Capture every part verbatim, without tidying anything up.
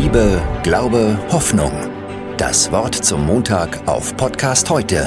Liebe, Glaube, Hoffnung. Das Wort zum Montag auf Podcast heute.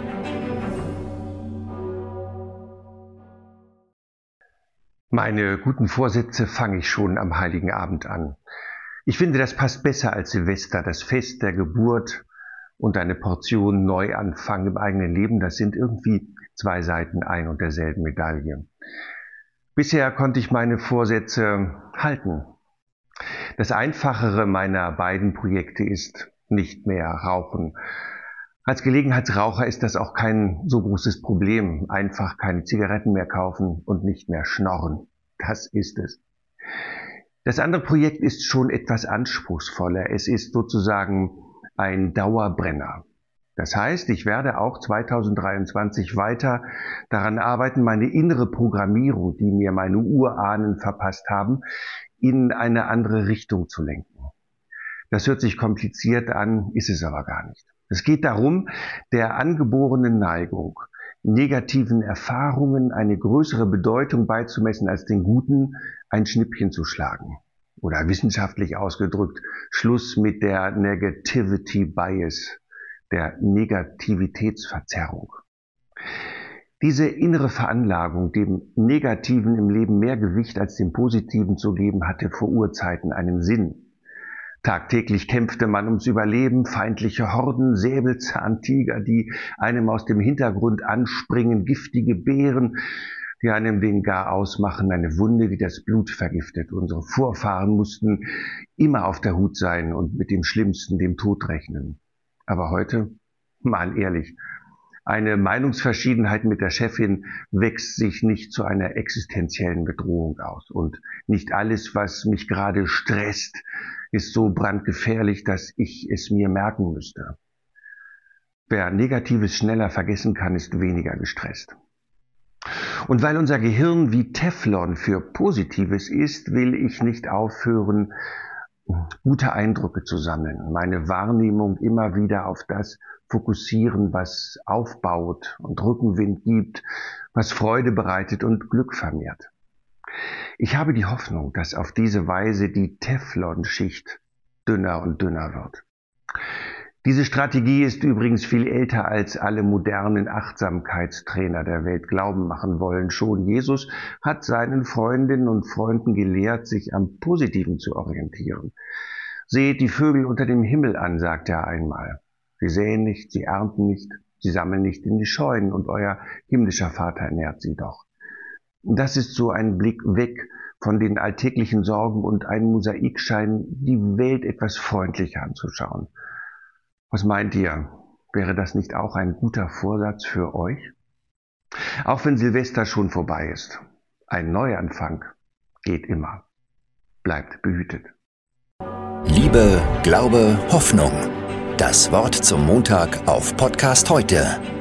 Meine guten Vorsätze fange ich schon am Heiligen Abend an. Ich finde, das passt besser als Silvester, das Fest der Geburt und eine Portion Neuanfang im eigenen Leben. Das sind irgendwie zwei Seiten ein und derselben Medaille. Bisher konnte ich meine Vorsätze halten. Das Einfachere meiner beiden Projekte ist nicht mehr rauchen. Als Gelegenheitsraucher ist das auch kein so großes Problem. Einfach keine Zigaretten mehr kaufen und nicht mehr schnorren. Das ist es. Das andere Projekt ist schon etwas anspruchsvoller. Es ist sozusagen ein Dauerbrenner. Das heißt, ich werde auch zweitausenddreiundzwanzig weiter daran arbeiten, meine innere Programmierung, die mir meine Urahnen verpasst haben, in eine andere Richtung zu lenken. Das hört sich kompliziert an, ist es aber gar nicht. Es geht darum, der angeborenen Neigung, negativen Erfahrungen eine größere Bedeutung beizumessen als den guten, ein Schnippchen zu schlagen. Oder wissenschaftlich ausgedrückt, Schluss mit der Negativity Bias, der Negativitätsverzerrung. Diese innere Veranlagung, dem Negativen im Leben mehr Gewicht als dem Positiven zu geben, hatte vor Urzeiten einen Sinn. Tagtäglich kämpfte man ums Überleben, feindliche Horden, Säbelzahntiger, die einem aus dem Hintergrund anspringen, giftige Bären, die einem den gar ausmachen, eine Wunde, die das Blut vergiftet. Unsere Vorfahren mussten immer auf der Hut sein und mit dem Schlimmsten, dem Tod, rechnen. Aber heute, mal ehrlich, eine Meinungsverschiedenheit mit der Chefin wächst sich nicht zu einer existenziellen Bedrohung aus. Und nicht alles, was mich gerade stresst, ist so brandgefährlich, dass ich es mir merken müsste. Wer Negatives schneller vergessen kann, ist weniger gestresst. Und weil unser Gehirn wie Teflon für Positives ist, will ich nicht aufhören, gute Eindrücke zu sammeln, meine Wahrnehmung immer wieder auf das fokussieren, was aufbaut und Rückenwind gibt, was Freude bereitet und Glück vermehrt. Ich habe die Hoffnung, dass auf diese Weise die Teflonschicht dünner und dünner wird. Diese Strategie ist übrigens viel älter, als alle modernen Achtsamkeitstrainer der Welt glauben machen wollen. Schon Jesus hat seinen Freundinnen und Freunden gelehrt, sich am Positiven zu orientieren. Seht die Vögel unter dem Himmel an, sagte er einmal. Sie säen nicht, sie ernten nicht, sie sammeln nicht in die Scheunen und euer himmlischer Vater ernährt sie doch. Das ist so ein Blick weg von den alltäglichen Sorgen und ein Mosaikschein, die Welt etwas freundlicher anzuschauen. Was meint ihr? Wäre das nicht auch ein guter Vorsatz für euch? Auch wenn Silvester schon vorbei ist. Ein Neuanfang geht immer. Bleibt behütet. Liebe, Glaube, Hoffnung. Das Wort zum Montag auf Podcast heute.